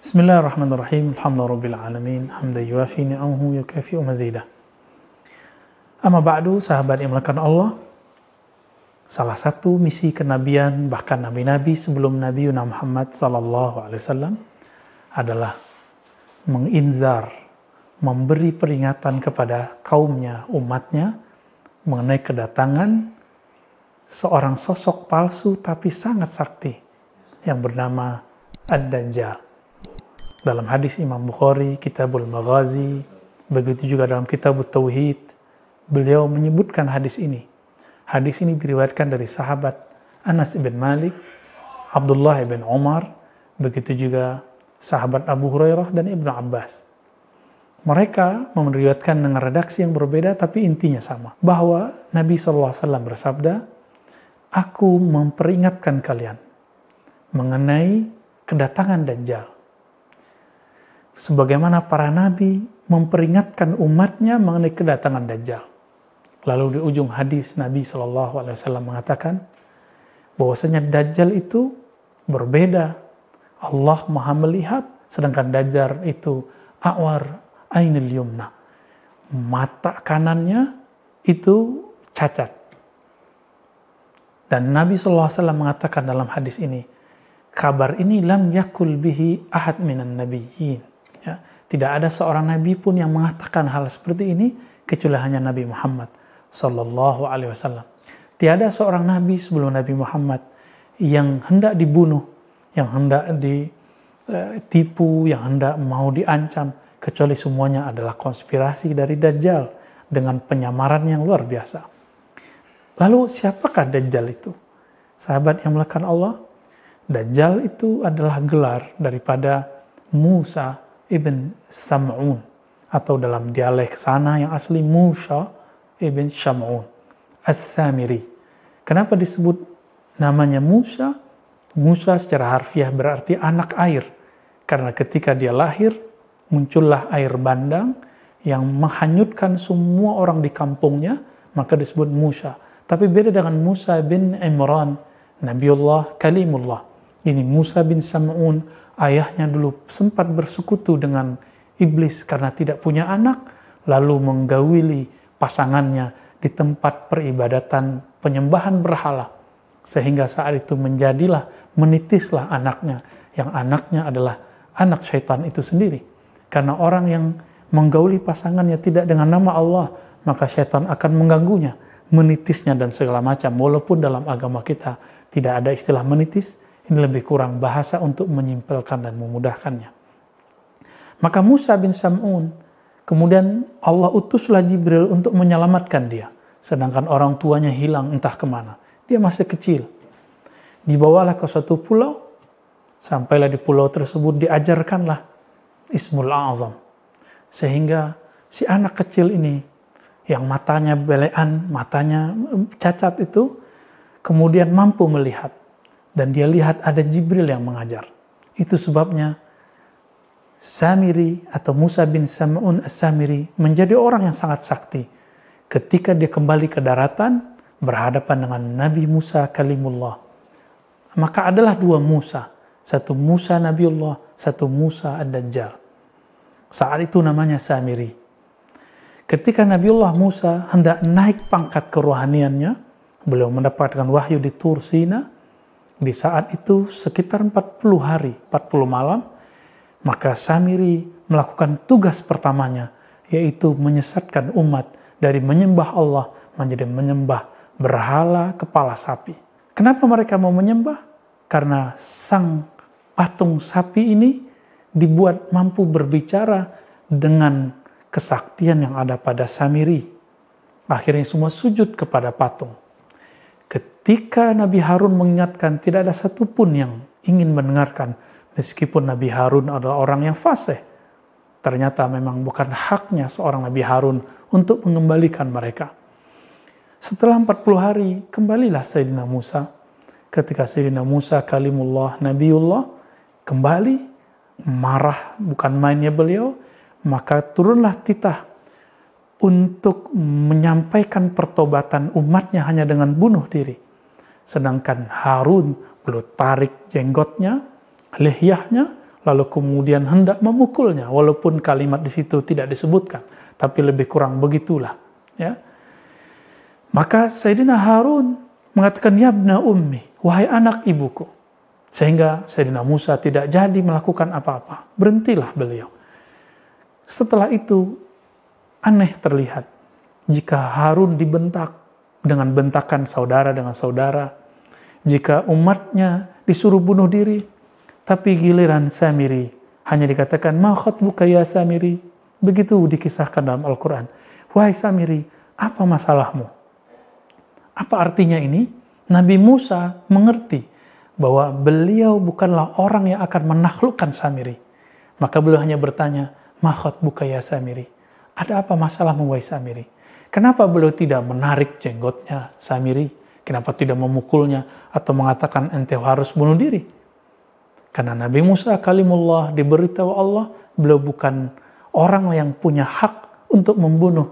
Bismillahirrahmanirrahim. Alhamdulillahirabbil alamin. Hamdan yuwafi ni'amahu yukafi'u mazidah. Amma ba'du, sahabat yang dimuliakan Allah. Salah satu misi kenabian bahkan nabi-nabi sebelum Nabi Muhammad sallallahu alaihi wasallam adalah menginzar, memberi peringatan kepada kaumnya, umatnya mengenai kedatangan seorang sosok palsu tapi sangat sakti yang bernama Ad-Dajjal. Dalam hadis Imam Bukhari, Kitabul Maghazi, begitu juga dalam Kitabut Tauhid, beliau menyebutkan hadis ini. Hadis ini diriwayatkan dari sahabat Anas bin Malik, Abdullah bin Umar, begitu juga sahabat Abu Hurairah dan Ibnu Abbas. Mereka meriwayatkan dengan redaksi yang berbeda tapi intinya sama. Bahwa Nabi SAW bersabda, "Aku memperingatkan kalian mengenai kedatangan Dajjal. Sebagaimana para nabi memperingatkan umatnya mengenai kedatangan Dajjal." Lalu di ujung hadis Nabi SAW mengatakan bahwasanya Dajjal itu berbeda. Allah Maha melihat, sedangkan Dajjal itu a'war ainil yumna. Mata kanannya itu cacat. Dan Nabi SAW mengatakan dalam hadis ini, kabar ini lam yakul bihi ahad minan nabiyyin. Ya, tidak ada seorang nabi pun yang mengatakan hal seperti ini kecuali hanya Nabi Muhammad sallallahu alaihi wasallam. Tiada seorang nabi sebelum Nabi Muhammad yang hendak dibunuh, yang hendak ditipu, yang hendak mau diancam, kecuali semuanya adalah konspirasi dari Dajjal dengan penyamaran yang luar biasa. Lalu siapakah Dajjal itu? Sahabat yang dimuliakan Allah, Dajjal itu adalah gelar daripada Musa ibn Sam'un, atau dalam dialek sana yang asli Musa ibn Sam'un As-Samiri. Kenapa disebut namanya Musa? Musa secara harfiah berarti anak air, karena ketika dia lahir muncullah air bandang yang menghanyutkan semua orang di kampungnya, maka disebut Musa. Tapi beda dengan Musa bin Imran, Nabiullah Kalimullah. Ini Musa bin Sam'un, ayahnya dulu sempat bersekutu dengan iblis karena tidak punya anak, lalu menggawili pasangannya di tempat peribadatan penyembahan berhala. Sehingga saat itu menitislah anaknya, yang anaknya adalah anak syaitan itu sendiri. Karena orang yang menggauli pasangannya tidak dengan nama Allah, maka syaitan akan mengganggunya, menitisnya dan segala macam. Walaupun dalam agama kita tidak ada istilah menitis, ini lebih kurang bahasa untuk menyimpelkan dan memudahkannya. Maka Musa bin Sam'un, kemudian Allah utuslah Jibril untuk menyelamatkan dia. Sedangkan orang tuanya hilang entah kemana. Dia masih kecil. Dibawalah ke suatu pulau, sampailah di pulau tersebut diajarkanlah Ismul A'zam. Sehingga si anak kecil ini, yang matanya belean, matanya cacat itu, kemudian mampu melihat. Dan dia lihat ada Jibril yang mengajar. Itu sebabnya Samiri atau Musa bin Sam'un As-Samiri menjadi orang yang sangat sakti. Ketika dia kembali ke daratan, berhadapan dengan Nabi Musa Kalimullah. Maka adalah dua Musa. Satu Musa Nabiullah, satu Musa Ad-Dajjal. Saat itu namanya Samiri. Ketika Nabiullah Musa hendak naik pangkat kerohaniannya, beliau mendapatkan wahyu di Tur Sina. Di saat itu sekitar 40 hari, 40 malam, maka Samiri melakukan tugas pertamanya, yaitu menyesatkan umat dari menyembah Allah menjadi menyembah berhala kepala sapi. Kenapa mereka mau menyembah? Karena sang patung sapi ini dibuat mampu berbicara dengan kesaktian yang ada pada Samiri. Akhirnya semua sujud kepada patung. Ketika Nabi Harun mengingatkan, tidak ada satupun yang ingin mendengarkan, meskipun Nabi Harun adalah orang yang fasih. Ternyata memang bukan haknya seorang Nabi Harun untuk mengembalikan mereka. Setelah 40 hari, kembalilah Sayyidina Musa. Ketika Sayyidina Musa Kalimullah, Nabiullah, kembali, marah bukan mainnya beliau, maka turunlah titah untuk menyampaikan pertobatan umatnya hanya dengan bunuh diri. Sedangkan Harun beliau tarik jenggotnya, lihyahnya, lalu kemudian hendak memukulnya, walaupun kalimat di situ tidak disebutkan, tapi lebih kurang begitulah. Ya. Maka Sayyidina Harun mengatakan, ya ibna ummi, wahai anak ibuku. Sehingga Sayyidina Musa tidak jadi melakukan apa-apa. Berhentilah beliau. Setelah itu, aneh terlihat. Jika Harun dibentak dengan bentakan saudara dengan saudara, jika umatnya disuruh bunuh diri, tapi giliran Samiri hanya dikatakan, ma khatbuka ya Samiri. Begitu dikisahkan dalam Al-Quran. Wahai Samiri, apa masalahmu? Apa artinya ini? Nabi Musa mengerti bahwa beliau bukanlah orang yang akan menaklukkan Samiri. Maka beliau hanya bertanya, ma khatbuka ya Samiri. Ada apa masalahmu wahai Samiri? Kenapa beliau tidak menarik jenggotnya Samiri? Kenapa tidak memukulnya atau mengatakan ente harus bunuh diri? Karena Nabi Musa kalimullah diberitahu Allah, beliau bukan orang yang punya hak untuk membunuh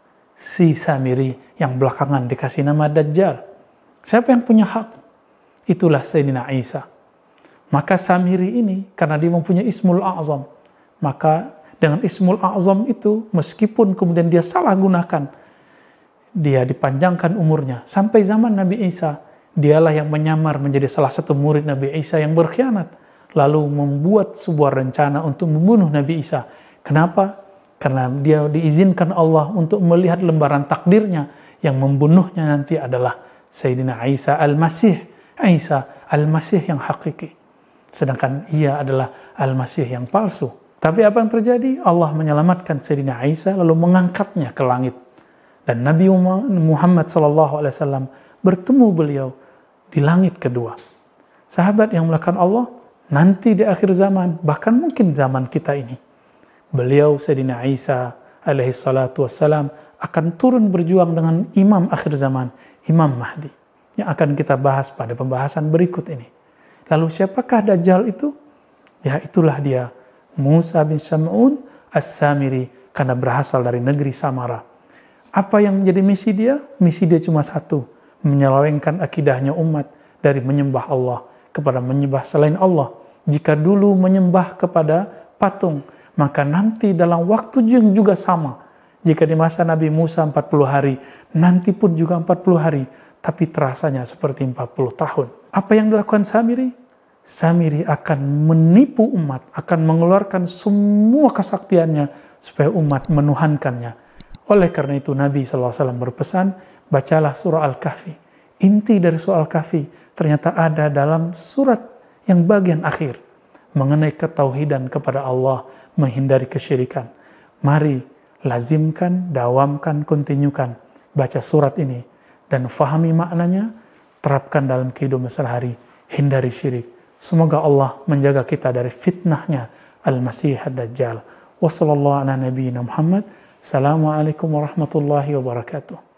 si Samiri yang belakangan dikasih nama Dajjal. Siapa yang punya hak? Itulah Sayyidina Isa. Maka Samiri ini, karena dia mempunyai Ismul A'zam, maka dengan Ismul A'zam itu, meskipun kemudian dia salah gunakan, dia dipanjangkan umurnya. Sampai zaman Nabi Isa, dialah yang menyamar menjadi salah satu murid Nabi Isa yang berkhianat. Lalu membuat sebuah rencana untuk membunuh Nabi Isa. Kenapa? Karena dia diizinkan Allah untuk melihat lembaran takdirnya. Yang membunuhnya nanti adalah Sayyidina Isa Al-Masih. Isa Al-Masih yang hakiki. Sedangkan ia adalah Al-Masih yang palsu. Tapi apa yang terjadi? Allah menyelamatkan Sayyidina Isa lalu mengangkatnya ke langit. Dan Nabi Muhammad SAW bertemu beliau di langit kedua. Sahabat yang melakukan Allah, nanti di akhir zaman, bahkan mungkin zaman kita ini, beliau Sayyidina Isa alaihi salatu wassalam akan turun berjuang dengan imam akhir zaman, Imam Mahdi, yang akan kita bahas pada pembahasan berikut ini. Lalu siapakah Dajjal itu? Ya itulah dia, Musa bin Sam'un As-Samiri, karena berasal dari negeri Samara. Apa yang menjadi misi dia? Misi dia cuma satu, menyelewengkan akidahnya umat dari menyembah Allah kepada menyembah selain Allah. Jika dulu menyembah kepada patung, maka nanti dalam waktu yang juga sama. Jika di masa Nabi Musa 40 hari, nanti pun juga 40 hari, tapi terasanya seperti 40 tahun. Apa yang dilakukan Samiri? Samiri akan menipu umat, akan mengeluarkan semua kesaktiannya supaya umat menuhankannya. Oleh karena itu Nabi SAW berpesan, bacalah surah Al-Kahfi. Inti dari surah Al-Kahfi ternyata ada dalam surat yang bagian akhir. Mengenai ketauhidan kepada Allah, menghindari kesyirikan. Mari lazimkan, dawamkan, kontinyukan. Baca surat ini dan fahami maknanya, terapkan dalam kehidupan sehari-hari. Hindari syirik. Semoga Allah menjaga kita dari fitnahnya Al-Masih Ad-Dajjal. Wassallallahu ala nabiyyina Muhammad. Assalamualaikum warahmatullahi wabarakatuh.